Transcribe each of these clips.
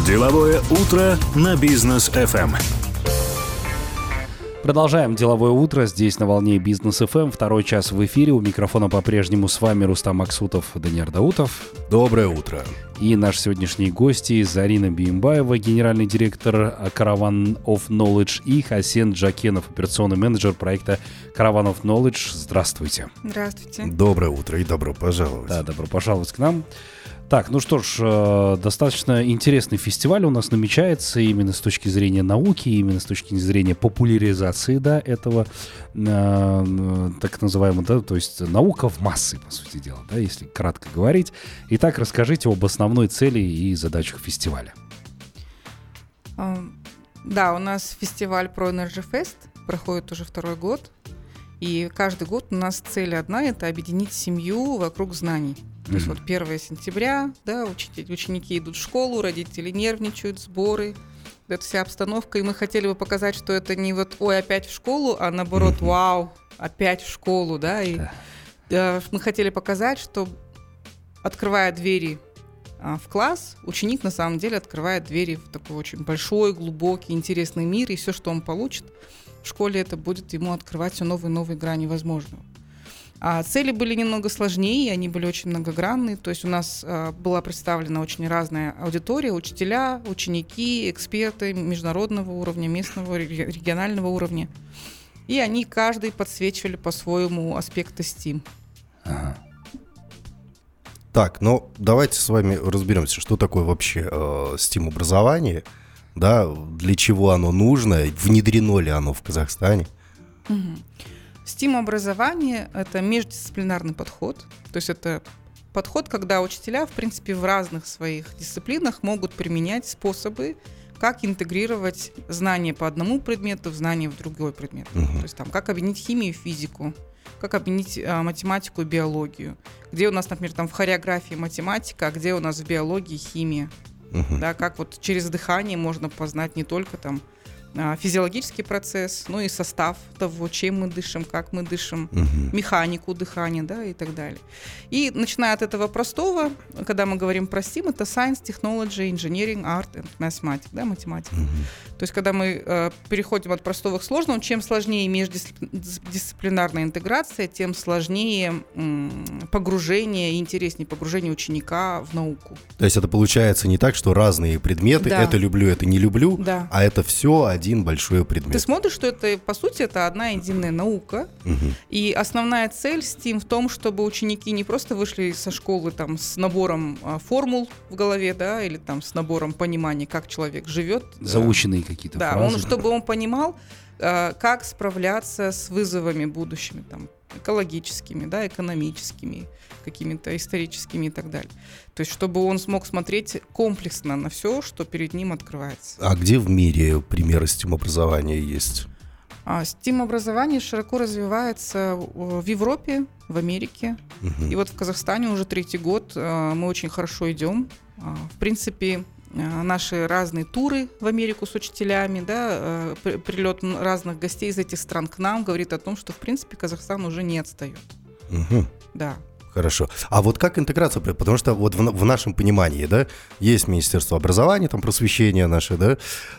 Деловое утро на Бизнес ФМ. Продолжаем деловое утро здесь на волне Бизнес ФМ. Второй час в эфире. У микрофона по-прежнему с вами Рустам Максутов, Даниил Даутов. Доброе утро. И наши сегодняшние гости Зарина Биимбаева, генеральный директор Caravan of Knowledge, и Хасен Джакенов, операционный менеджер проекта Caravan of Knowledge. Здравствуйте. Здравствуйте. Доброе утро и добро пожаловать. Да, добро пожаловать к нам. Так, ну что ж, достаточно интересный фестиваль у нас намечается именно с точки зрения науки, именно с точки зрения популяризации, да, этого так называемого, да, то есть наука в массы, по сути дела, да, если кратко говорить. Итак, расскажите об основной цели и задачах фестиваля. Да, у нас фестиваль Pro Energy Fest проходит уже второй год, и каждый год у нас цель одна — это объединить семью вокруг знаний. То есть вот 1 сентября, да, ученики идут в школу, родители нервничают, сборы, это вся обстановка, и мы хотели бы показать, что это не вот «ой, опять в школу», а наоборот «вау, опять в школу», да, и мы хотели показать, что, открывая двери в класс, ученик на самом деле открывает двери в такой очень большой, глубокий, интересный мир, и все, что он получит в школе, это будет ему открывать все новые и новые грани возможного. А цели были немного сложнее, они были очень многогранные. То есть у нас была представлена очень разная аудитория, учителя, ученики, эксперты международного уровня, местного, регионального уровня. И они каждый подсвечивали по-своему аспекты STEAM. Ага. Так, ну давайте с вами разберемся, что такое вообще STEAM-образование, да, для чего оно нужно, внедрено ли оно в Казахстане. Угу. STEAM-образование — это междисциплинарный подход, то есть это подход, когда учителя, в принципе, в разных своих дисциплинах могут применять способы, как интегрировать знания по одному предмету в знания в другой предмет. То есть там, как объединить химию и физику, как объединить математику и биологию, где у нас, например, там в хореографии математика, а где у нас в биологии химия. Да, как вот через дыхание можно познать не только там физиологический процесс, ну и состав того, чем мы дышим, как мы дышим, механику дыхания, да, и так далее. И начиная от этого простого, когда мы говорим про STEAM, это Science, Technology, Engineering, Art and Mathematics, да, математика. То есть когда мы переходим от простого к сложному, чем сложнее междисциплинарная интеграция, тем сложнее погружение и интереснее погружение ученика в науку. То есть это получается не так, что разные предметы, да. Это люблю, это не люблю, да. А это все один большой предмет. Ты смотришь, что это, по сути, это одна единая наука. И основная цель STEAM в том, чтобы ученики не просто вышли со школы там, с набором формул в голове, да, или там, с набором понимания, как человек живет. Заученные какие-то фразы. Чтобы он понимал, как справляться с вызовами будущими, там, экологическими, да, экономическими, какими-то историческими и так далее. То есть, чтобы он смог смотреть комплексно на все, что перед ним открывается. А где в мире примеры STEAM-образования есть? STEAM-образование широко развивается в Европе, в Америке. И вот в Казахстане уже 3-й год мы очень хорошо идем. В принципе, наши разные туры в Америку с учителями, да, прилет разных гостей из этих стран к нам говорит о том, что, в принципе, Казахстан уже не отстает. Да. Хорошо. А вот как интеграция? Потому что вот в нашем понимании, да, есть Министерство образования, там просвещение наше, да,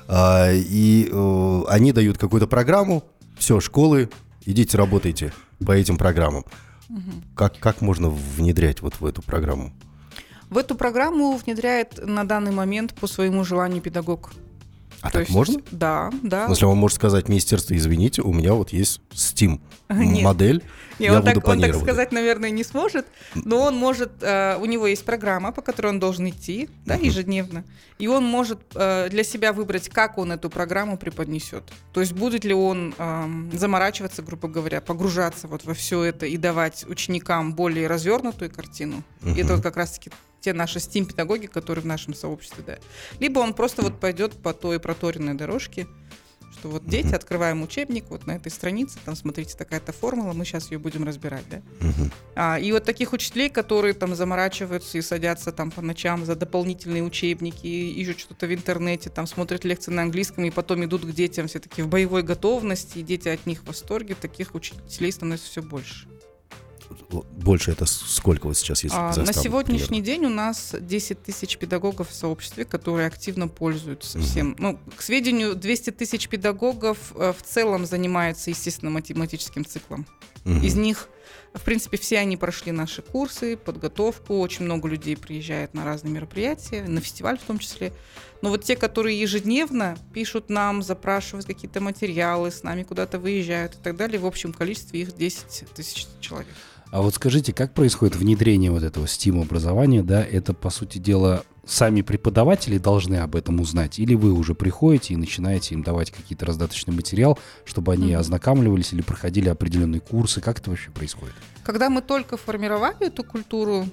и они дают какую-то программу, все, школы, идите работайте по этим программам. Как можно внедрять вот в эту программу? В эту программу внедряет на данный момент по своему желанию педагог. А так можно? Да. В смысле, он может сказать: министерство, извините, у меня вот есть STEAM-модель, я буду планировать. Он так сказать, наверное, не сможет, но он может, у него есть программа, по которой он должен идти, да, ежедневно, и он может для себя выбрать, как он эту программу преподнесет. То есть будет ли он заморачиваться, грубо говоря, погружаться вот во все это и давать ученикам более развернутую картину. И это вот как раз-таки те наши STEAM-педагоги, которые в нашем сообществе, да. Либо он просто вот пойдет по той проторенной дорожке, что вот дети, открываем учебник, вот на этой странице, там, смотрите, такая-то формула, мы сейчас ее будем разбирать, да. И вот таких учителей, которые там заморачиваются и садятся там по ночам за дополнительные учебники, ищут что-то в интернете, там смотрят лекции на английском и потом идут к детям все таки в боевой готовности, и дети от них в восторге, таких учителей становится все больше. больше это сколько вот сейчас есть? На сегодняшний день у нас 10 тысяч педагогов в сообществе, которые активно пользуются всем. Ну, к сведению, 200 тысяч педагогов в целом занимаются, естественно, математическим циклом. Из них, в принципе, все они прошли наши курсы, подготовку. Очень много людей приезжает на разные мероприятия, на фестиваль в том числе. Но вот те, которые ежедневно пишут нам, запрашивают какие-то материалы, с нами куда-то выезжают и так далее, в общем количестве их 10 тысяч человек. А вот скажите, как происходит внедрение вот этого STEAM-образования, да? Это, по сути дела, сами преподаватели должны об этом узнать? Или вы уже приходите и начинаете им давать какие-то раздаточный материал, чтобы они ознакомливались или проходили определенные курсы? Как это вообще происходит? Когда мы только формировали эту культуру,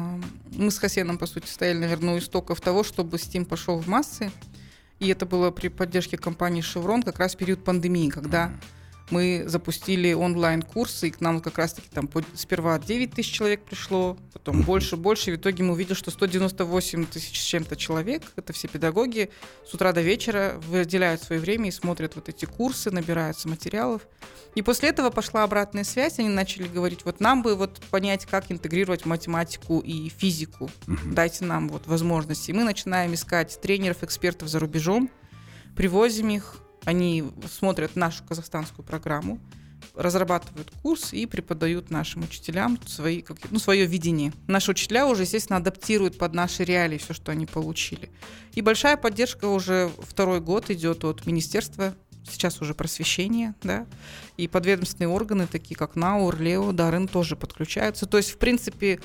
мы с Хасеном, по сути, стояли, наверное, у истоков того, чтобы STEAM пошел в массы. И это было при поддержке компании Chevron как раз в период пандемии, когда мы запустили онлайн-курсы, и к нам как раз-таки там сперва 9 тысяч человек пришло, потом больше, и в итоге мы увидели, что 198 тысяч с чем-то человек, это все педагоги, с утра до вечера выделяют свое время и смотрят вот эти курсы, набираются материалов. И после этого пошла обратная связь, они начали говорить, вот нам бы вот понять, как интегрировать математику и физику, дайте нам вот возможности. И мы начинаем искать тренеров, экспертов за рубежом, привозим их, они смотрят нашу казахстанскую программу, разрабатывают курс и преподают нашим учителям свое видение. Наши учителя уже, естественно, адаптируют под наши реалии все, что они получили. И большая поддержка уже второй год идет от Министерства, сейчас уже просвещения, да, и подведомственные органы, такие как НАУ, РЛЕО, ДАРЭН тоже подключаются. То есть, в принципе,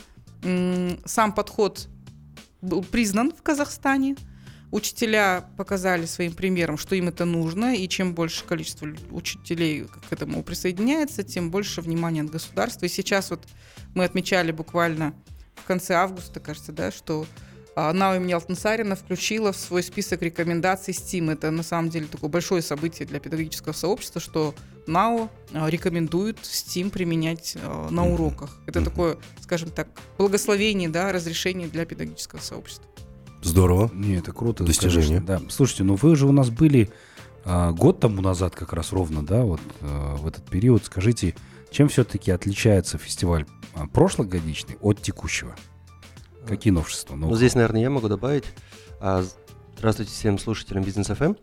сам подход был признан в Казахстане. Учителя показали своим примером, что им это нужно, и чем больше количество учителей к этому присоединяется, тем больше внимания от государства. И сейчас вот мы отмечали буквально в конце августа, кажется, да, что НАУ имени Алтынсарина включила в свой список рекомендаций STEAM. Это на самом деле такое большое событие для педагогического сообщества, что НАУ рекомендует STEAM применять на уроках. Это такое, скажем так, благословение, да, разрешение для педагогического сообщества. Здорово. Не, это круто. Достижение. Конечно, да. Слушайте, ну вы же у нас были год тому назад как раз ровно, да, вот в этот период. Скажите, чем все-таки отличается фестиваль прошлогодичный от текущего? Какие новшества? Ну, здесь, наверное, я могу добавить. Здравствуйте всем слушателям Бизнес FM.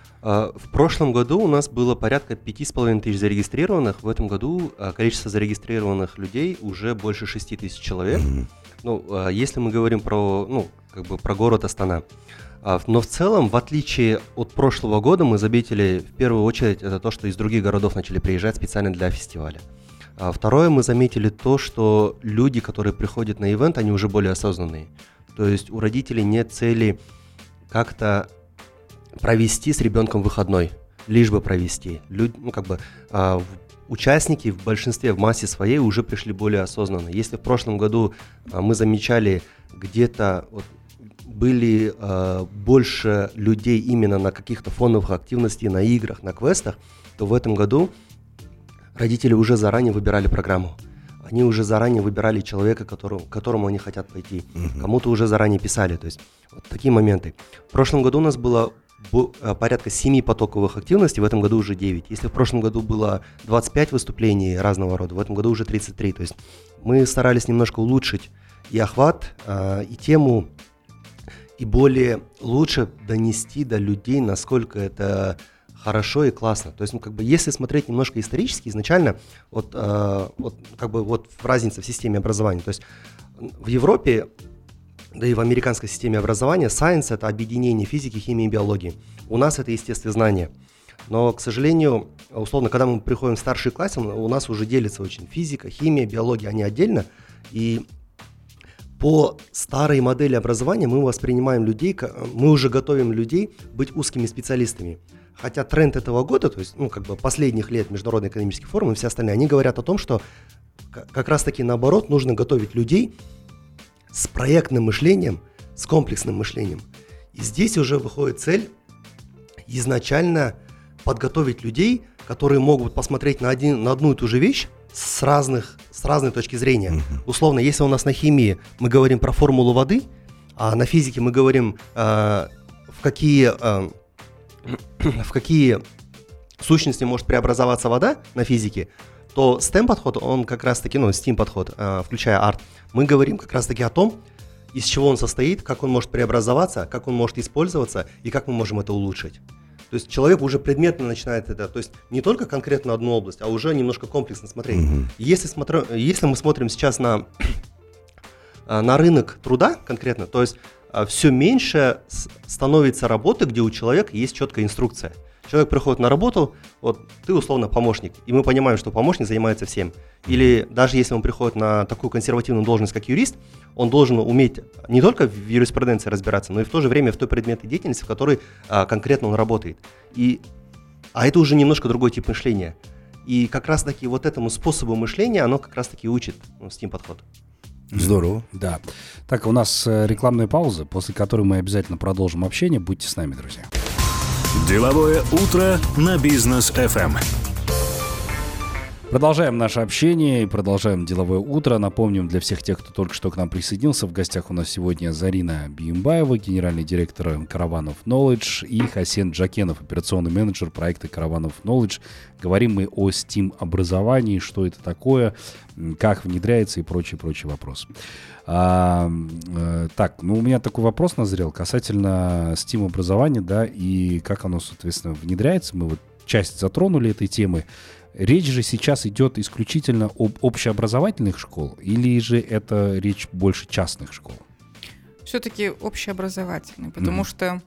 В прошлом году у нас было порядка 5500 зарегистрированных. В этом году количество зарегистрированных людей уже больше 6000 человек. Ну, если мы говорим про город Астана. Но в целом, в отличие от прошлого года, мы заметили в первую очередь это то, что из других городов начали приезжать специально для фестиваля. Второе, мы заметили то, что люди, которые приходят на ивент, они уже более осознанные. То есть у родителей нет цели как-то провести с ребенком выходной, лишь бы провести. Участники в большинстве, в массе своей уже пришли более осознанно. Если в прошлом году мы замечали где-то были больше людей именно на каких-то фоновых активностях, на играх, на квестах, то в этом году родители уже заранее выбирали программу. Они уже заранее выбирали человека, к которому они хотят пойти. Кому-то уже заранее писали. То есть вот такие моменты. В прошлом году у нас было порядка 7 потоковых активностей, в этом году уже 9. Если в прошлом году было 25 выступлений разного рода, в этом году уже 33. То есть мы старались немножко улучшить и охват, и тему, и более лучше донести до людей, насколько это хорошо и классно. То есть, если смотреть немножко исторически, изначально, разница в системе образования. То есть в Европе, да и в американской системе образования science – это объединение физики, химии и биологии. У нас это естествознание. Но, к сожалению, условно, когда мы приходим в старшие классы, у нас уже делится очень физика, химия, биология, они отдельно. И по старой модели образования мы воспринимаем людей, мы уже готовим людей быть узкими специалистами. Хотя тренд этого года, то есть, последних лет Международный экономический форум и все остальные, они говорят о том, что как раз-таки наоборот нужно готовить людей с проектным мышлением, с комплексным мышлением. И здесь уже выходит цель изначально подготовить людей, которые могут посмотреть на одну и ту же вещь с разной точки зрения. Условно, если у нас на химии мы говорим про формулу воды, а на физике мы говорим, в какие сущности может преобразоваться вода на физике, то STEM-подход, он как раз-таки, STEAM-подход, включая арт, мы говорим как раз-таки о том, из чего он состоит, как он может преобразоваться, как он может использоваться и как мы можем это улучшить. То есть человек уже предметно начинает это, то есть не только конкретно одну область, а уже немножко комплексно смотреть. Если мы смотрим сейчас на рынок труда конкретно, то есть все меньше становится работы, где у человека есть четкая инструкция. Человек приходит на работу, вот ты условно помощник, и мы понимаем, что помощник занимается всем. Или даже если он приходит на такую консервативную должность, как юрист, он должен уметь не только в юриспруденции разбираться, но и в то же время в той предметной деятельности, в которой конкретно он работает. А это уже немножко другой тип мышления. И как раз-таки вот этому способу мышления оно как раз-таки учит STEAM-подход. Здорово. Да. Так, у нас рекламная пауза, после которой мы обязательно продолжим общение. Будьте с нами, друзья. Деловое утро на Бизнес FM. Продолжаем наше общение и продолжаем деловое утро. Напомним для всех тех, кто только что к нам присоединился, в гостях у нас сегодня Зарина Биимбаева, генеральный директор Caravan of Knowledge, и Хасен Джакенов, операционный менеджер проекта Caravan of Knowledge. Говорим мы о STEAM-образовании, что это такое, как внедряется и прочие вопросы. Так, у меня такой вопрос назрел касательно STEAM-образования, да, и как оно, соответственно, внедряется. Мы вот часть затронули этой темы. Речь же сейчас идет исключительно об общеобразовательных школах, или же это речь больше частных школ? Все-таки общеобразовательные, потому что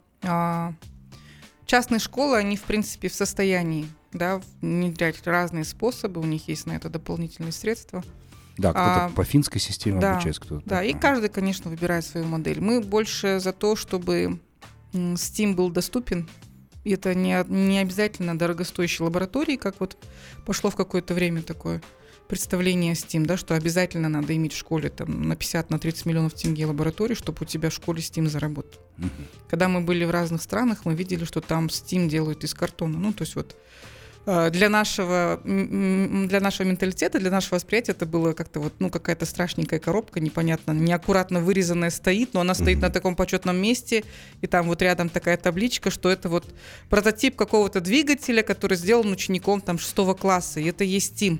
частные школы, они, в принципе, в состоянии, да, внедрять разные способы, у них есть на это дополнительные средства. Да, кто-то по финской системе обучается, кто-то. Да, и каждый, конечно, выбирает свою модель. Мы больше за то, чтобы STEAM был доступен. И это не обязательно дорогостоящие лаборатории, как вот пошло в какое-то время такое представление STEAM, да, что обязательно надо иметь в школе там, на 50-30 миллионов тенге лабораторий, чтобы у тебя в школе STEAM заработал. Когда мы были в разных странах, мы видели, что там STEAM делают из картона. Ну, то есть вот для нашего менталитета, для нашего восприятия это было как-то вот, какая-то страшненькая коробка, непонятно, неаккуратно вырезанная стоит, но она стоит на таком почетном месте, и там вот рядом такая табличка, что это вот прототип какого-то двигателя, который сделан учеником там 6 класса, и это есть STEAM.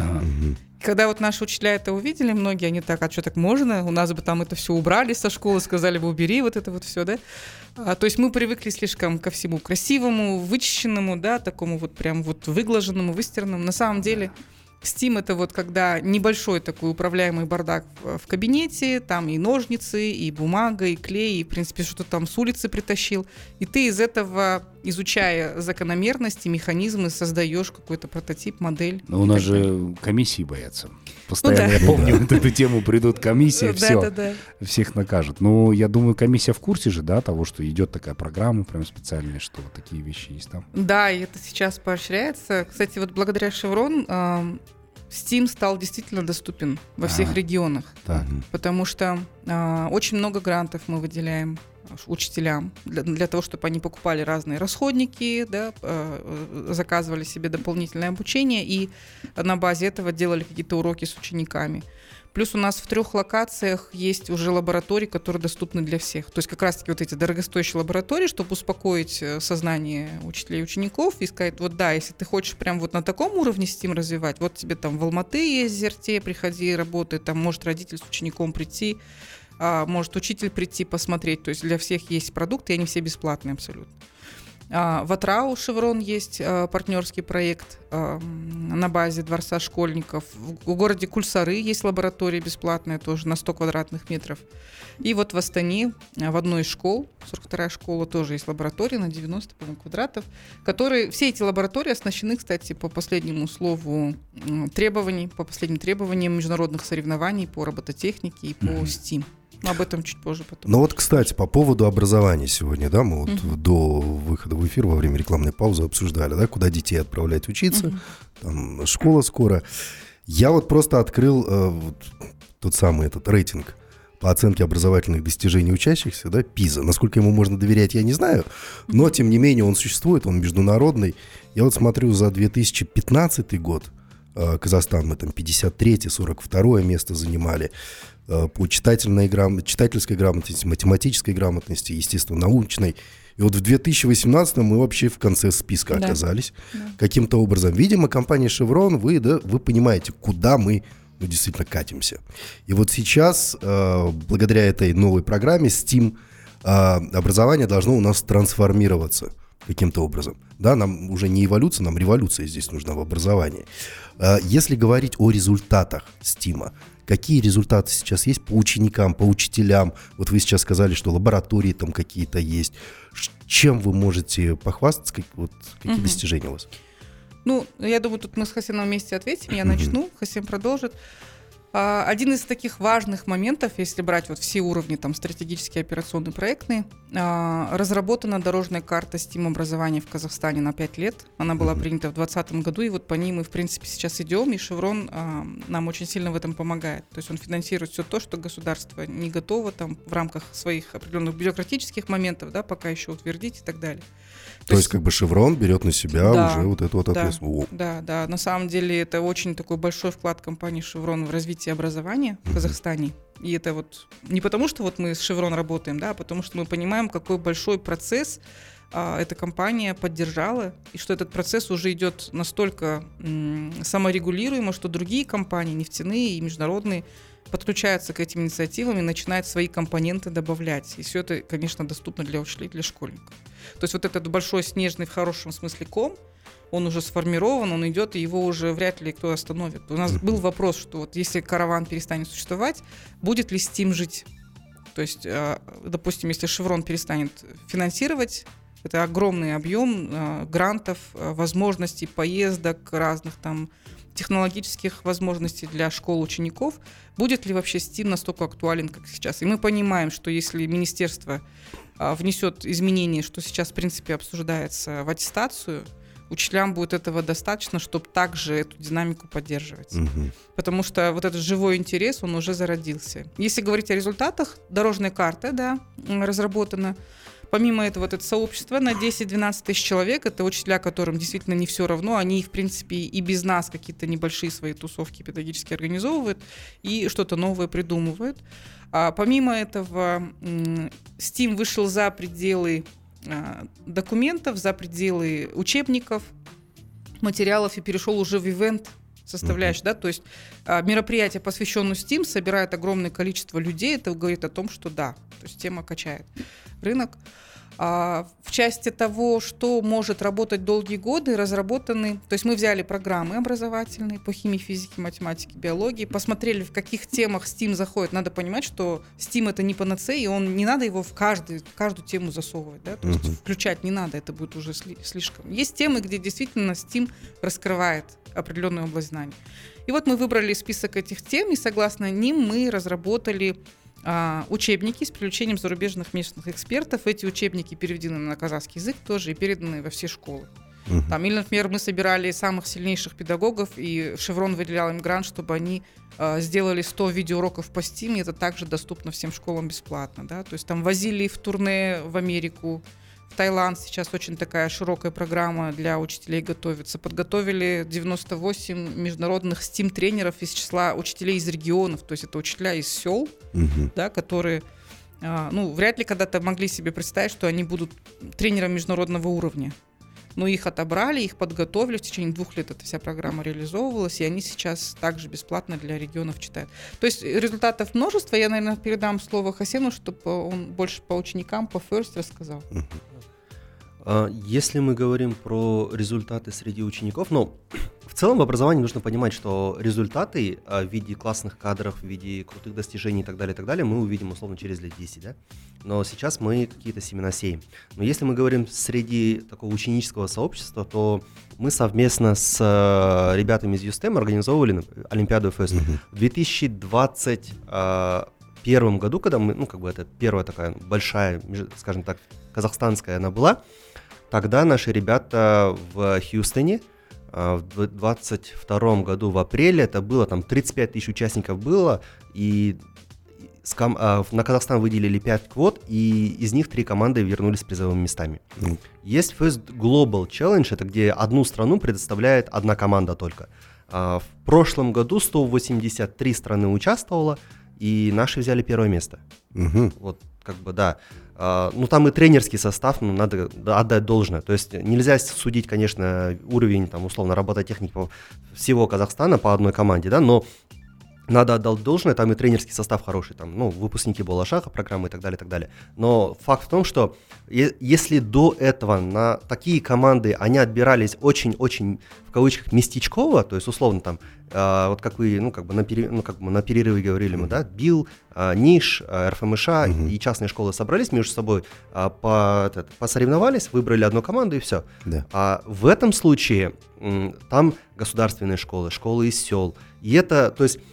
Когда вот наши учителя это увидели, многие, они так, а что так можно? У нас бы там это все убрали со школы, сказали бы, убери вот это вот все, да? То есть мы привыкли слишком ко всему красивому, вычищенному, да, такому вот прям вот выглаженному, выстиранному. На самом деле STEAM — это вот когда небольшой такой управляемый бардак в кабинете, там и ножницы, и бумага, и клей, и, в принципе, что-то там с улицы притащил. И ты из этого, изучая закономерности, механизмы, создаешь какой-то прототип, модель. Но у нас же комиссии боятся. Постоянно, я помню, вот эту тему придут комиссии, все, всех накажут. Но я думаю, комиссия в курсе же, да, того, что идет такая программа прям специальная, что вот такие вещи есть там. Да, и это сейчас поощряется. Кстати, вот благодаря Chevron STEAM стал действительно доступен во всех регионах, потому что очень много грантов мы выделяем учителям для того, чтобы они покупали разные расходники, да, заказывали себе дополнительное обучение и на базе этого делали какие-то уроки с учениками. Плюс у нас в 3 локациях есть уже лаборатории, которые доступны для всех. То есть как раз-таки вот эти дорогостоящие лаборатории, чтобы успокоить сознание учителей и учеников и сказать, вот да, если ты хочешь прям вот на таком уровне STEAM развивать, вот тебе там в Алматы есть ЗРТ, приходи, работай, там может родитель с учеником прийти, может учитель прийти посмотреть. То есть для всех есть продукты, и они все бесплатные абсолютно. В Атрау Chevron есть партнерский проект на базе Дворца школьников. В городе Кульсары есть лаборатория бесплатная тоже на 100 квадратных метров. И вот в Астане в одной из школ, 42-я школа, тоже есть лаборатория на 90, по-моему, квадратов, которые, все эти лаборатории оснащены, кстати, по последнему слову требований, по последним требованиям международных соревнований по робототехнике и по STEAM. Но об этом чуть позже потом. Ну вот, кстати, по поводу образования сегодня, да, мы вот до выхода в эфир во время рекламной паузы обсуждали, да, куда детей отправлять учиться, там школа скоро. Я вот просто открыл тот самый этот рейтинг по оценке образовательных достижений учащихся, да, ПИЗа. Насколько ему можно доверять, я не знаю, но, тем не менее, он существует, он международный. Я вот смотрю за 2015 год, Казахстан мы там 53-е, 42-е место занимали. По читательской грамотности, математической грамотности, естественно, научной. И вот в 2018 мы вообще в конце списка оказались. Каким-то образом. Видимо, компания Chevron, вы понимаете, куда мы действительно катимся. И вот сейчас, благодаря этой новой программе STEAM, образование должно у нас трансформироваться каким-то образом. Да, нам уже не эволюция, нам революция здесь нужна в образовании. Если говорить о результатах STEAM, какие результаты сейчас есть по ученикам, по учителям? Вот вы сейчас сказали, что лаборатории там какие-то есть. Чем вы можете похвастаться? Какие достижения у вас? Ну, я думаю, тут мы с Хасеном вместе ответим. Я начну, Хасен продолжит. Один из таких важных моментов, если брать вот все уровни, там, стратегические, операционные, проектные, разработана дорожная карта STEAM-образования в Казахстане на 5 лет. Она была принята в 2020 году, и вот по ней мы, в принципе, сейчас идем, и Chevron нам очень сильно в этом помогает. То есть он финансирует все то, что государство не готово там, в рамках своих определенных бюрократических моментов, да, пока еще утвердить и так далее. То есть как бы Chevron берет на себя уже вот эту вот ответственность. Да. На самом деле это очень такой большой вклад компании Chevron в развитие образования в Казахстане. И это вот не потому, что вот мы с Chevron работаем, да, а потому что мы понимаем, какой большой процесс эта компания поддержала, и что этот процесс уже идет настолько саморегулируемо, что другие компании, нефтяные и международные, подключаются к этим инициативам и начинают свои компоненты добавлять. И все это, конечно, доступно для учителей, для школьников. То есть вот этот большой снежный в хорошем смысле ком, он уже сформирован, он идет, и его уже вряд ли кто остановит. У нас был вопрос, что вот если караван перестанет существовать, будет ли STEAM жить? То есть, допустим, если Chevron перестанет финансировать, это огромный объем грантов, возможностей поездок, разных там технологических возможностей для школ учеников, будет ли вообще STEAM настолько актуален, как сейчас? И мы понимаем, что если министерство внесет изменения, что сейчас, в принципе, обсуждается в аттестацию, учителям будет этого достаточно, чтобы также эту динамику поддерживать. Потому что вот этот живой интерес, он уже зародился. Если говорить о результатах, дорожная карта, да, разработана. Помимо этого, вот это сообщество на 10-12 тысяч человек, это учителя, которым действительно не все равно, они, в принципе, и без нас какие-то небольшие свои тусовки педагогически организовывают и что-то новое придумывают. А помимо этого, STEAM вышел за пределы документов, за пределы учебников, материалов и перешел уже в ивент составляющую, да, то есть мероприятие, посвященное STEAM, собирает огромное количество людей, это говорит о том, что да, то есть тема качает рынок. В части того, что может работать долгие годы, разработаны, то есть мы взяли программы образовательные по химии, физике, математике, биологии, посмотрели, в каких темах STEAM заходит. Надо понимать, что STEAM это не панацея, и не надо его в каждую тему засовывать, да? То есть включать не надо, это будет уже слишком. Есть темы, где действительно STEAM раскрывает определенную область знаний. И вот мы выбрали список этих тем, и согласно ним мы разработали учебники с привлечением зарубежных местных экспертов. Эти учебники переведены на казахский язык тоже и переданы во все школы. Там, или, например, мы собирали самых сильнейших педагогов, и Chevron выделял им грант, чтобы они сделали 100 видеоуроков по STEAM, и это также доступно всем школам бесплатно. Да? То есть там возили в турне в Америку, в Таиланд. Сейчас очень такая широкая программа для учителей готовится. Подготовили 98 международных STEAM-тренеров из числа учителей из регионов, то есть это учителя из сел, да, которые вряд ли когда-то могли себе представить, что они будут тренерами международного уровня. Но их отобрали, их подготовили, в течение 2 лет эта вся программа реализовывалась, и они сейчас также бесплатно для регионов читают. То есть результатов множество. Я, наверное, передам слово Хасену, чтобы он больше по ученикам, по FIRST рассказал. Если мы говорим про результаты среди учеников, в целом в образовании нужно понимать, что результаты в виде классных кадров, в виде крутых достижений и так далее, мы увидим условно через лет 10, да? Но сейчас мы какие-то семена сеем. Но если мы говорим среди такого ученического сообщества, то мы совместно с ребятами из USTEM организовывали Олимпиаду FIRST. В 2021 году, когда мы, это первая такая большая, скажем так, казахстанская она была, тогда наши ребята в Хьюстоне в 2022 году в апреле, это было там 35 тысяч участников было, и на Казахстан выделили 5 квот, и из них 3 команды вернулись с призовыми местами. Есть First Global Challenge, это где одну страну предоставляет одна команда только. В прошлом году 183 страны участвовало, и наши взяли первое место. Вот, как бы, да. Ну, там и тренерский состав, ну, надо отдать должное. То есть нельзя судить, конечно, уровень, там, условно, робототехников всего Казахстана по одной команде, да, но надо отдать должное, там и тренерский состав хороший, там, ну, выпускники Болашаха, программы и так далее, и так далее. Но факт в том, что если до этого на такие команды они отбирались очень-очень, в кавычках, местечково, то есть, условно, там, вот как вы, ну, как бы на перерыве говорили мы, да, БИЛ, НИШ, РФМШ и частные школы собрались между собой, посоревновались, выбрали одну команду и все. Да. А в этом случае там государственные школы, школы из сел, и это, то есть,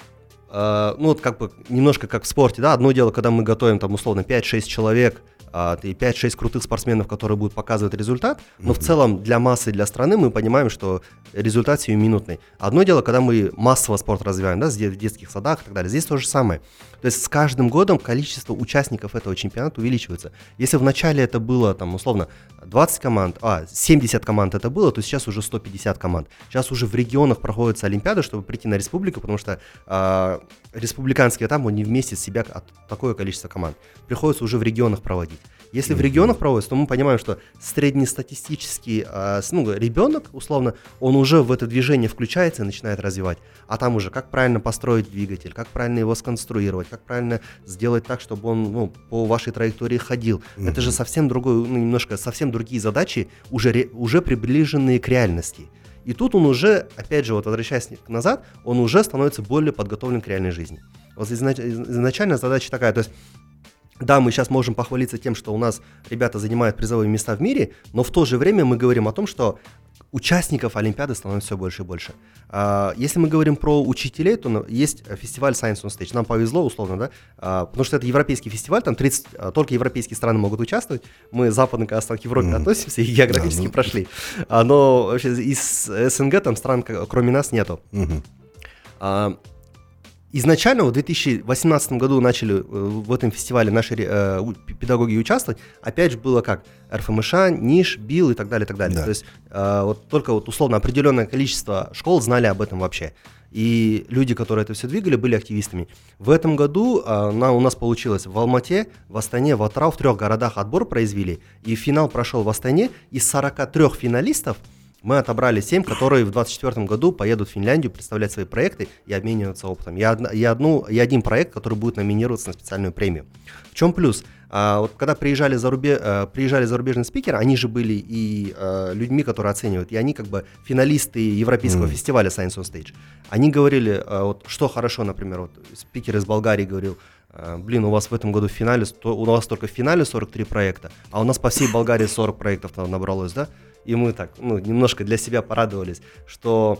ну, вот как бы немножко как в спорте, да, одно дело, когда мы готовим там условно 5-6 человек, и 5-6 крутых спортсменов, которые будут показывать результат, но в целом для массы, для страны мы понимаем, что результат сиюминутный. Одно дело, когда мы массово спорт развиваем, да, в детских садах и так далее, здесь то же самое. То есть с каждым годом количество участников этого чемпионата увеличивается. Если в начале это было, там, условно, 20 команд, 70 команд это было, то сейчас уже 150 команд. Сейчас уже в регионах проходятся олимпиады, чтобы прийти на республику, потому что республиканский этап, он не вместит в себя такое количество команд. Приходится уже в регионах проводить. Если в регионах проводится, то мы понимаем, что среднестатистический ребенок, условно, он уже в это движение включается и начинает развивать. А там уже как правильно построить двигатель, как правильно его сконструировать, как правильно сделать так, чтобы он по вашей траектории ходил. Это же совсем другой, немножко совсем другие задачи, уже приближенные к реальности. И тут он уже, опять же, вот возвращаясь назад, он уже становится более подготовлен к реальной жизни. Вот изначально задача такая, то есть да, мы сейчас можем похвалиться тем, что у нас ребята занимают призовые места в мире, но в то же время мы говорим о том, что участников Олимпиады становится все больше и больше. Если мы говорим про учителей, то есть фестиваль Science on Stage. Нам повезло, условно, да, потому что это европейский фестиваль, там только европейские страны могут участвовать. Мы Западный Казахстан к Европе относимся и географически прошли. Но вообще из СНГ там стран, кроме нас, нету. Изначально в 2018 году начали в этом фестивале наши педагоги участвовать. Опять же было как РФМШ, НИШ, БИЛ и так далее, и так далее. Да. То есть вот только вот условно определенное количество школ знали об этом вообще. И люди, которые это все двигали, были активистами. В этом году у нас получилось в Алмате, в Астане, в Атырау, в 3 городах отбор произвели. И финал прошел в Астане. Из 43 финалистов мы отобрали 7, которые в 2024 году поедут в Финляндию представлять свои проекты и обмениваться опытом. И один проект, который будет номинироваться на специальную премию. В чем плюс? Вот когда приезжали зарубежные спикеры, они же были и людьми, которые оценивают, и они как бы финалисты европейского фестиваля Science on Stage. Они говорили, вот, что хорошо, например, вот, спикер из Болгарии говорил: блин, у вас в этом году в финале, у вас только в финале 43 проекта, а у нас по всей Болгарии 40 проектов там набралось, да? И мы так, немножко для себя порадовались, что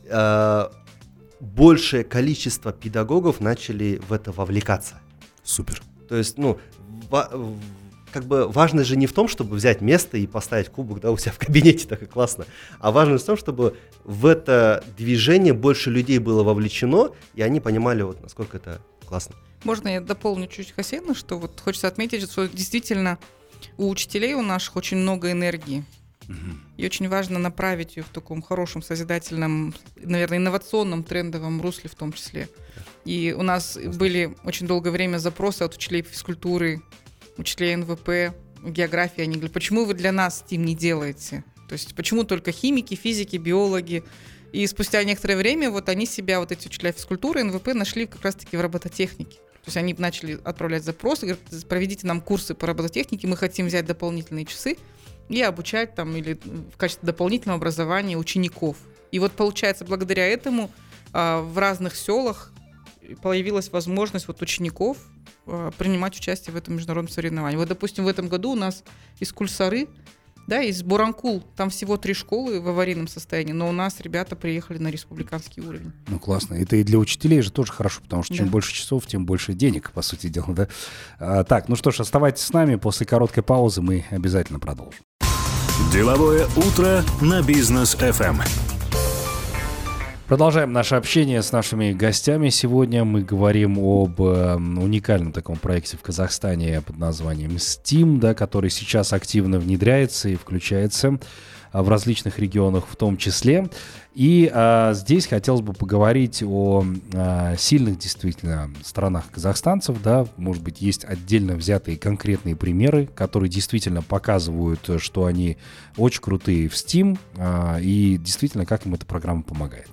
большее количество педагогов начали в это вовлекаться. Супер. То есть, как бы важно же не в том, чтобы взять место и поставить кубок, да, у себя в кабинете, так и классно, а важно в том, чтобы в это движение больше людей было вовлечено, и они понимали, вот, насколько это классно. Можно я дополню чуть Хасена, что вот хочется отметить, что действительно у учителей у наших очень много энергии. И очень важно направить ее в таком хорошем, созидательном, наверное, инновационном, трендовом русле в том числе. И у нас были очень долгое время запросы от учителей физкультуры, учителей НВП, географии. Они говорят: почему вы для нас STEAM не делаете? То есть почему только химики, физики, биологи? И спустя некоторое время вот они себя, вот эти учителя физкультуры, НВП, нашли как раз-таки в робототехнике. То есть они начали отправлять запросы, говорят: проведите нам курсы по робототехнике, мы хотим взять дополнительные часы и обучать там или в качестве дополнительного образования учеников. И вот получается, благодаря этому в разных селах появилась возможность вот учеников принимать участие в этом международном соревновании. Вот, допустим, в этом году у нас из Кульсары, да, из Буранкул, там всего 3 школы в аварийном состоянии, но у нас ребята приехали на республиканский уровень. Ну, классно. Это и для учителей же тоже хорошо, потому что чем больше часов, тем больше денег, по сути дела, да? Так, ну что ж, оставайтесь с нами. После короткой паузы мы обязательно продолжим. Деловое утро на Бизнес FM. Продолжаем наше общение с нашими гостями. Сегодня мы говорим об уникальном таком проекте в Казахстане под названием STEAM, да, который сейчас активно внедряется и включается в различных регионах в том числе. И здесь хотелось бы поговорить о сильных действительно сторонах казахстанцев. Да. Может быть, есть отдельно взятые конкретные примеры, которые действительно показывают, что они очень крутые в STEAM, и действительно, как им эта программа помогает.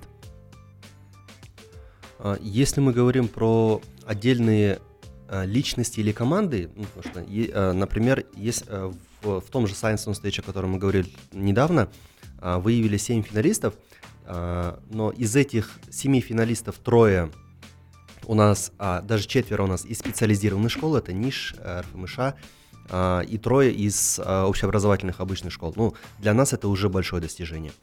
Если мы говорим про отдельные личности или команды, потому что, например, есть в том же Science on Stage, о котором мы говорили недавно, выявили 7 финалистов, но из этих 7 финалистов 3 у нас, даже 4 у нас из специализированной школы, это НИШ, РФМШ, и 3 из общеобразовательных обычных школ. Ну, для нас это уже большое достижение.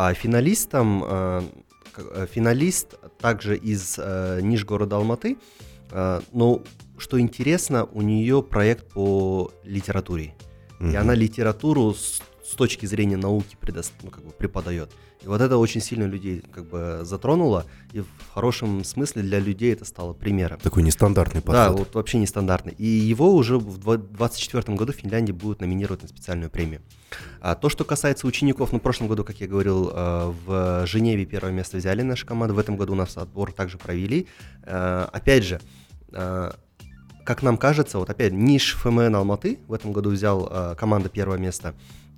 Финалист также из НИШ города Алматы, но, что интересно, у нее проект по литературе. И она литературу с точки зрения науки преподает. И вот это очень сильно людей затронуло, и в хорошем смысле для людей это стало примером. Такой нестандартный подход. Да, вот вообще нестандартный. И его уже в 2024 году в Финляндии будут номинировать на специальную премию. А то, что касается учеников, в прошлом году, как я говорил, в Женеве 1 место взяли наша команда, в этом году у нас отбор также провели. Опять же, как нам кажется, вот опять НИШ ФМН Алматы в этом году взял команда 1 место.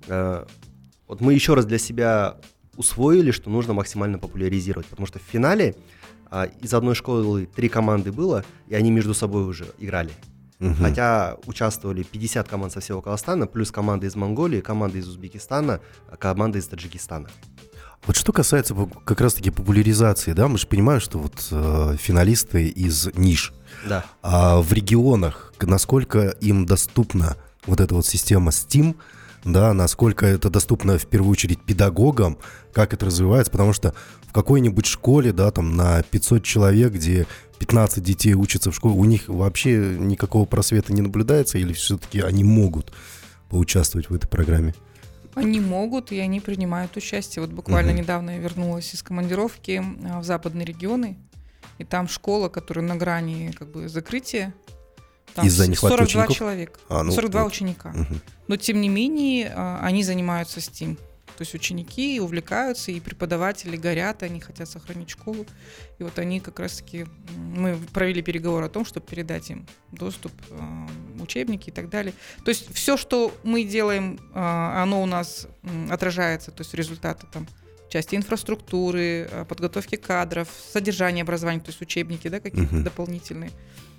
Вот мы еще раз для себя усвоили, что нужно максимально популяризировать, потому что в финале из одной школы 3 команды было, и они между собой уже играли. Хотя участвовали 50 команд со всего Казахстана, плюс команды из Монголии, команды из Узбекистана, команды из Таджикистана. Вот что касается как раз-таки популяризации, да, мы же понимаем, что вот финалисты из НИШ, да. А в регионах, насколько им доступна вот эта вот система STEAM, да, насколько это доступно в первую очередь педагогам, как это развивается, потому что в какой-нибудь школе, да, там на 500 человек, где 15 детей учатся в школе, у них вообще никакого просвета не наблюдается, или все-таки они могут поучаствовать в этой программе? Они могут, и они принимают участие. Вот буквально недавно я вернулась из командировки в западные регионы, и там школа, которая на грани закрытия. Там из-за нехватки 42 учеников? человека, 42 вот. ученика. Но тем не менее они занимаются STEAM. То есть ученики увлекаются, и преподаватели горят, они хотят сохранить школу. И вот они как раз-таки... Мы провели переговоры о том, чтобы передать им доступ, учебники и так далее. То есть все, что мы делаем, оно у нас отражается, то есть результаты там части инфраструктуры, подготовки кадров, содержания образования, то есть учебники, да, какие-то дополнительные.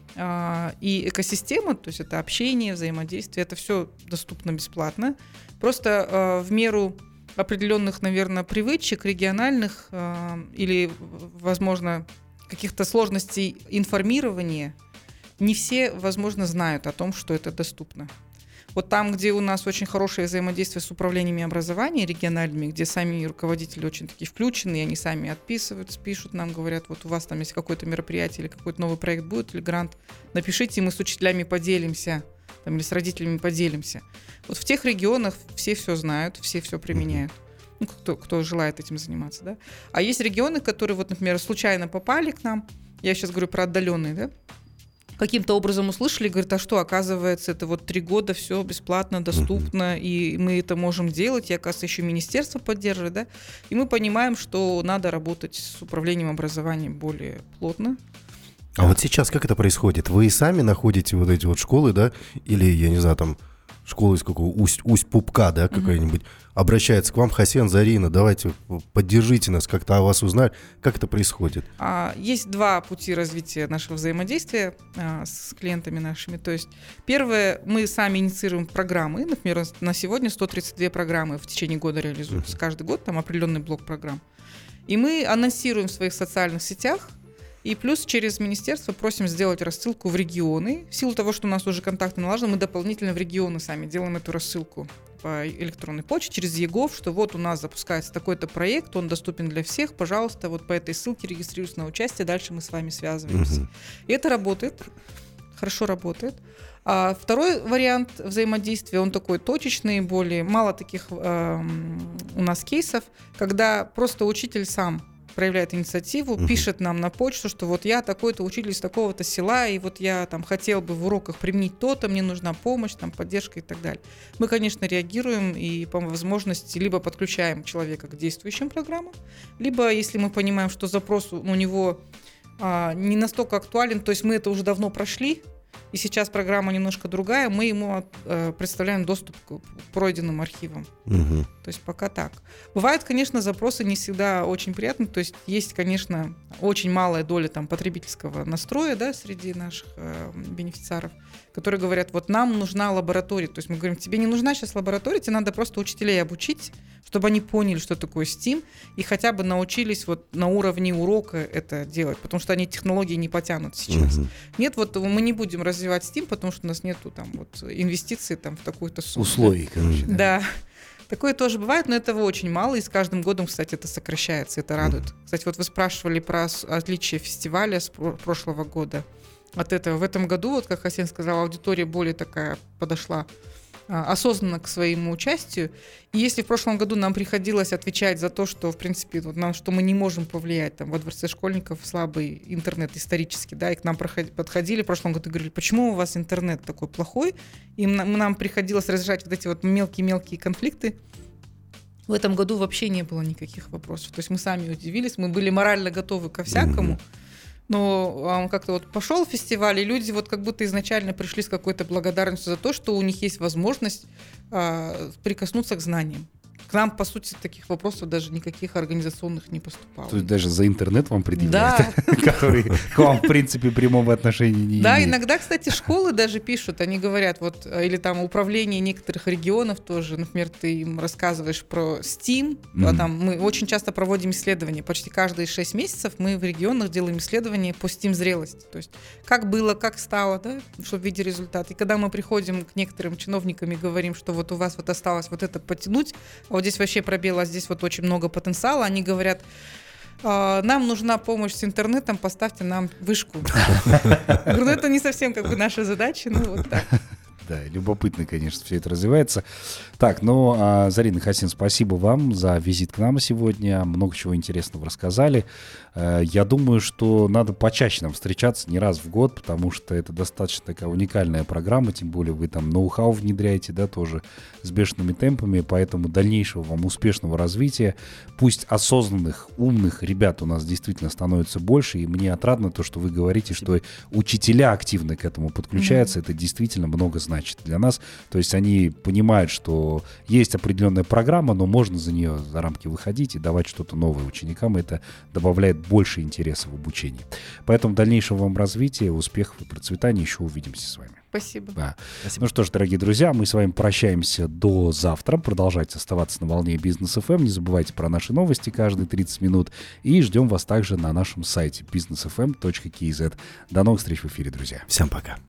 И экосистема, то есть это общение, взаимодействие, это все доступно бесплатно. Просто в меру определенных, наверное, привычек региональных или, возможно, каких-то сложностей информирования, не все, возможно, знают о том, что это доступно. Вот там, где у нас очень хорошее взаимодействие с управлениями образования региональными, где сами руководители очень такие включены, и они сами отписывают, пишут нам, говорят, вот у вас там есть какое-то мероприятие или какой-то новый проект будет, или грант, напишите, мы с учителями поделимся, там, или с родителями поделимся. Вот в тех регионах все знают, все применяют. Ну, кто желает этим заниматься, да. А есть регионы, которые, вот, например, случайно попали к нам, я сейчас говорю про отдаленные, да, каким-то образом услышали, говорят, а что, оказывается, это вот 3 года все бесплатно, доступно, и мы это можем делать, и, оказывается, еще министерство поддерживает, да, и мы понимаем, что надо работать с управлением образования более плотно. А вот сейчас как это происходит? Вы сами находите вот эти вот школы, да, или, я не знаю, там, школа из какого, Усть-Пупка, да, какая-нибудь, обращается к вам, Хасен, Зарина, давайте, поддержите нас, как-то о вас узнать. Как это происходит? Есть 2 пути развития нашего взаимодействия с клиентами нашими. То есть, первое, мы сами инициируем программы. Например, на сегодня 132 программы в течение года реализуются. Каждый год там определенный блок программ. И мы анонсируем в своих социальных сетях, и плюс через министерство просим сделать рассылку в регионы. В силу того, что у нас уже контакты налажены, мы дополнительно в регионы сами делаем эту рассылку по электронной почте через ЕГОВ, что вот у нас запускается такой-то проект, он доступен для всех, пожалуйста, вот по этой ссылке регистрируйтесь на участие, дальше мы с вами связываемся. И это работает, хорошо работает. А второй вариант взаимодействия, он такой точечный, более мало таких у нас кейсов, когда просто учитель сам проявляет инициативу, пишет нам на почту, что вот я такой-то учитель из такого-то села, и вот я там хотел бы в уроках применить то-то, мне нужна помощь, там, поддержка и так далее. Мы, конечно, реагируем и по возможности либо подключаем человека к действующим программам, либо, если мы понимаем, что запрос у него не настолько актуален, то есть мы это уже давно прошли, и сейчас программа немножко другая, мы ему представляем доступ к пройденным архивам. То есть пока так. Бывают, конечно, запросы не всегда очень приятные, то есть есть, конечно, очень малая доля там потребительского настроя, да, среди наших бенефициаров, которые говорят, вот нам нужна лаборатория. То есть мы говорим, тебе не нужна сейчас лаборатория, тебе надо просто учителей обучить, чтобы они поняли, что такое STEAM, и хотя бы научились вот на уровне урока это делать, потому что они технологии не потянут сейчас. Нет, вот мы не будем развивать STEAM, потому что у нас нету там вот инвестиций там в такую-то сумму. Условий, короче. Да. Такое тоже бывает, но этого очень мало, и с каждым годом, кстати, это сокращается, это радует. Кстати, вот вы спрашивали про отличие фестиваля с прошлого года от этого. В этом году, вот как Хасен сказал, аудитория более такая подошла осознанно к своему участию. И если в прошлом году нам приходилось отвечать за то, что, в принципе, вот, на что мы не можем повлиять, там, во Дворце школьников слабый интернет исторически, да, и к нам подходили в прошлом году и говорили, почему у вас интернет такой плохой, и нам приходилось разрешать вот эти вот мелкие-мелкие конфликты. В этом году вообще не было никаких вопросов. То есть мы сами удивились, мы были морально готовы ко всякому, но он как-то вот пошел в фестиваль, и люди вот как будто изначально пришли с какой-то благодарностью за то, что у них есть возможность прикоснуться к знаниям. К нам, по сути, таких вопросов даже никаких организационных не поступало. То есть даже за интернет вам предъявляют, который к вам, в принципе, прямого отношения не имеет. Да, иногда, кстати, школы даже пишут, они говорят, вот, или там управление некоторых регионов тоже, например, ты им рассказываешь про STEAM, а там мы очень часто проводим исследования, почти каждые 6 месяцев мы в регионах делаем исследования по STEAM зрелости, то есть как было, как стало, да, чтобы видеть результат. И когда мы приходим к некоторым чиновникам и говорим, что вот у вас вот осталось вот это потянуть, а вот здесь вообще пробел, а здесь вот очень много потенциала, они говорят, нам нужна помощь с интернетом, поставьте нам вышку. Говорю, ну это не совсем как бы наша задача, ну вот так. Да, любопытно, конечно, все это развивается. Так, ну, Зарина, Хасен, спасибо вам за визит к нам сегодня. Много чего интересного рассказали. Я думаю, что надо почаще нам встречаться, не раз в год, потому что это достаточно такая уникальная программа, тем более вы там ноу-хау внедряете, да, тоже с бешеными темпами, поэтому дальнейшего вам успешного развития. Пусть осознанных, умных ребят у нас действительно становится больше, и мне отрадно то, что вы говорите, что учителя активно к этому подключаются, это действительно много значит для нас. То есть они понимают, что есть определенная программа, но можно за нее, за рамки выходить и давать что-то новое ученикам, и это добавляет больше интереса в обучении. Поэтому дальнейшего вам развития, успехов и процветания. Еще увидимся с вами. Спасибо. Да. Спасибо. Ну что ж, дорогие друзья, мы с вами прощаемся до завтра. Продолжайте оставаться на волне Бизнес ФМ. Не забывайте про наши новости каждые 30 минут. И ждем вас также на нашем сайте businessfm.kz. До новых встреч в эфире, друзья. Всем пока.